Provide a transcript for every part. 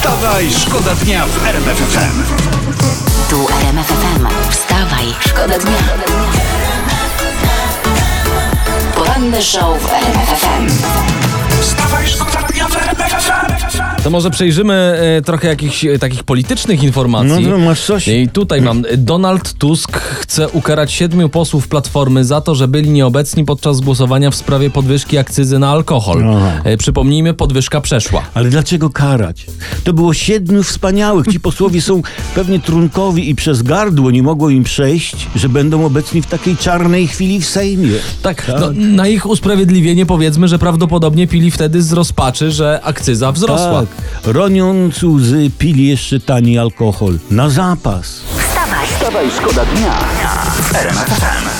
Wstawaj, szkoda dnia w RMF FM. Tu RMF FM. Wstawaj, szkoda dnia. Poranny show w RMF FM. Wstawaj, szkoda dnia w RMF FM. To może przejrzymy trochę jakichś takich politycznych informacji. No, masz coś? I tutaj mam. Donald Tusk chce ukarać 7 posłów Platformy za to, że byli nieobecni podczas głosowania w sprawie podwyżki akcyzy na alkohol. Aha. Przypomnijmy, podwyżka przeszła. Ale dlaczego karać? To było 7 wspaniałych. Ci posłowie są pewnie trunkowi i przez gardło nie mogło im przejść, że będą obecni w takiej czarnej chwili w Sejmie. Tak, no, na ich usprawiedliwienie powiedzmy, że prawdopodobnie pili wtedy z rozpaczy, że akcyza wzrosła. Tak. Roniąc łzy, pili jeszcze tani alkohol. Na zapas. Wstawaj, szkoda dnia w RMF FM.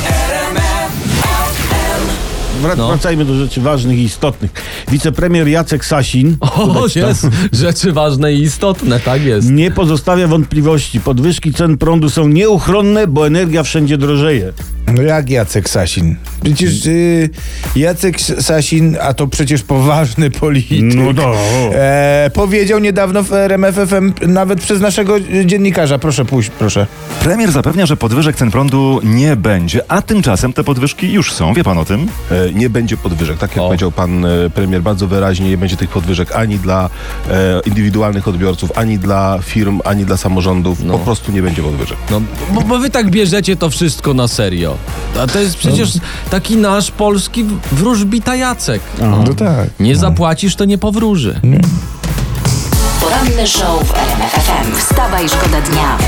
Wracajmy do rzeczy ważnych i istotnych. Wicepremier Jacek Sasin O, jest rzeczy ważne i istotne, tak jest. nie pozostawia wątpliwości. Podwyżki cen prądu są nieuchronne, bo energia wszędzie drożeje. No jak Jacek Sasin? Przecież Jacek Sasin, a to przecież poważny polityk, No to. powiedział niedawno w RMF FM, nawet przez naszego dziennikarza. Proszę pójść, proszę. Premier zapewnia, że podwyżek cen prądu nie będzie, a tymczasem te podwyżki już są. Wie pan o tym? Nie będzie podwyżek. Tak jak powiedział pan premier bardzo wyraźnie, nie będzie tych podwyżek ani dla indywidualnych odbiorców, ani dla firm, ani dla samorządów. Po prostu nie będzie podwyżek. No, bo wy tak bierzecie to wszystko na serio. A to jest przecież taki nasz polski wróżbita Jacek. No tak. Nie zapłacisz, to nie powróży. Poranny show w RMF FM. Wstawaj, szkoda dnia.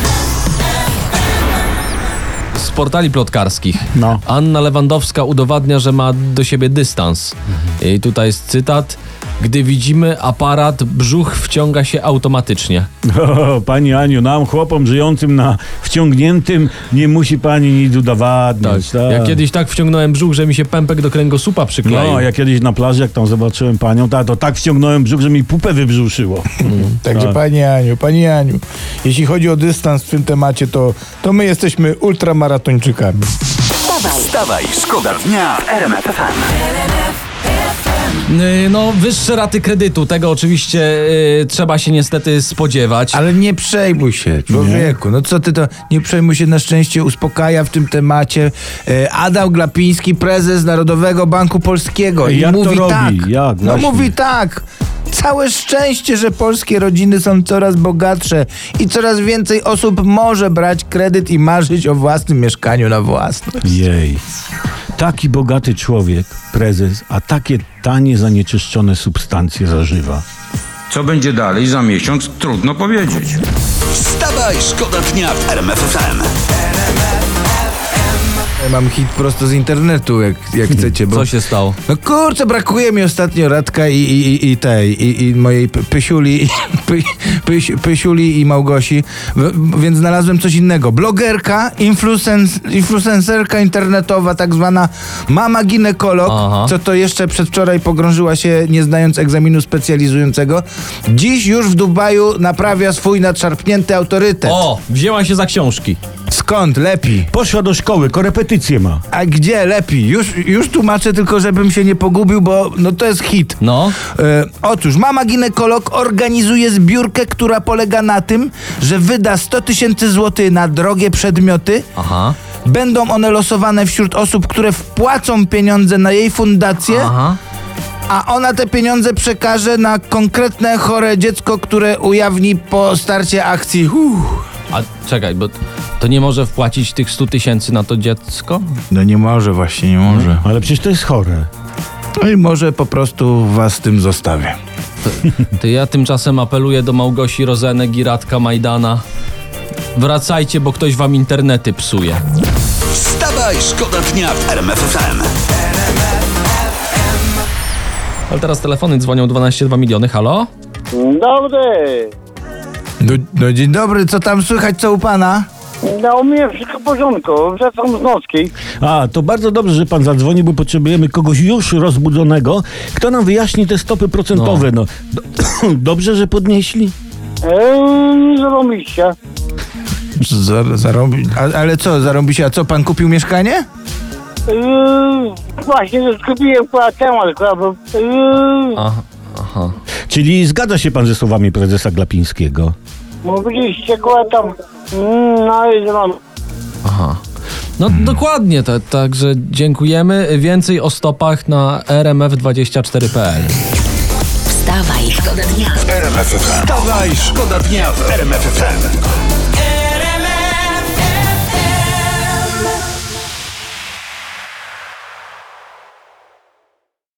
Z portali plotkarskich. No. Anna Lewandowska udowadnia, że ma do siebie dystans. I tutaj jest cytat. Gdy widzimy aparat, brzuch wciąga się automatycznie. O, pani Aniu, nam chłopom żyjącym na wciągniętym nie musi pani nic udowadniać. Tak. Ja kiedyś tak wciągnąłem brzuch, że mi się pępek do kręgosłupa przykleił. No, ja kiedyś na plaży, jak tam zobaczyłem panią, to tak wciągnąłem brzuch, że mi pupę wybrzuszyło. Także Tak. pani Aniu, jeśli chodzi o dystans w tym temacie, to my jesteśmy ultramaratończykami. Wstawaj, szkoda dnia w RMF FM. No, wyższe raty kredytu, tego oczywiście trzeba się niestety spodziewać. Ale nie przejmuj się, człowieku. No co ty to, nie przejmuj się, na szczęście uspokaja w tym temacie Adam Glapiński, prezes Narodowego Banku Polskiego. I Jak to mówi robi? tak. Jak? No Właśnie. mówi tak. Całe szczęście, że polskie rodziny są coraz bogatsze i coraz więcej osób może brać kredyt i marzyć o własnym mieszkaniu na własność. Jej. Taki bogaty człowiek, prezes, a takie tanie, zanieczyszczone substancje zażywa. Co będzie dalej za miesiąc, trudno powiedzieć. Wstawaj, szkoda dnia w RMF FM. Mam hit prosto z internetu, jak chcecie, bo... Co się stało? No kurczę, brakuje mi ostatnio Radka i mojej Pysiuli i Małgosi, więc znalazłem coś innego. Blogerka, influencerka internetowa, tak zwana mama ginekolog, Aha. co to jeszcze przedwczoraj pogrążyła się, nie znając egzaminu specjalizującego. Dziś już w Dubaju naprawia swój nadszarpnięty autorytet. O, wzięła się za książki. Skąd? Lepiej. Poszła do szkoły, korepetycje ma. A gdzie lepiej? Już tłumaczę, tylko żebym się nie pogubił, bo no to jest hit. No. Otóż mama ginekolog organizuje zbiórkę, która polega na tym, że wyda 100 000 złotych na drogie przedmioty. Aha. Będą one losowane wśród osób, które wpłacą pieniądze na jej fundację, Aha. a ona te pieniądze przekaże na konkretne chore dziecko, które ujawni po starcie akcji. A czekaj, bo to nie może wpłacić tych 100 000 na to dziecko? No nie może, właśnie nie może. Ale przecież to jest chore. No i może po prostu was z tym zostawię. To ja tymczasem apeluję do Małgosi Rozenek i Radka Majdana. Wracajcie, bo ktoś wam internety psuje. Wstawaj, szkoda dnia w RMF FM. Ale teraz telefony dzwonią 12 miliony. Halo? Dobry. No dzień dobry, co tam słychać, co u pana? No u mnie wszystko w porządku, wracam z nocki. A, to bardzo dobrze, że pan zadzwonił, bo potrzebujemy kogoś już rozbudzonego, kto nam wyjaśni te stopy procentowe. No. Dobrze, że podnieśli? Zarobiście. Ale co, zarąbi się? A co, pan kupił mieszkanie? Właśnie, skupiłem temat, bo... Aha. Czyli zgadza się pan ze słowami prezesa Glapińskiego? Mówiliście go tam, no i znam. Aha. No dokładnie, także dziękujemy. Więcej o stopach na rmf24.pl. Wstawaj, szkoda dnia. Wstawaj, szkoda dnia w RMF FM.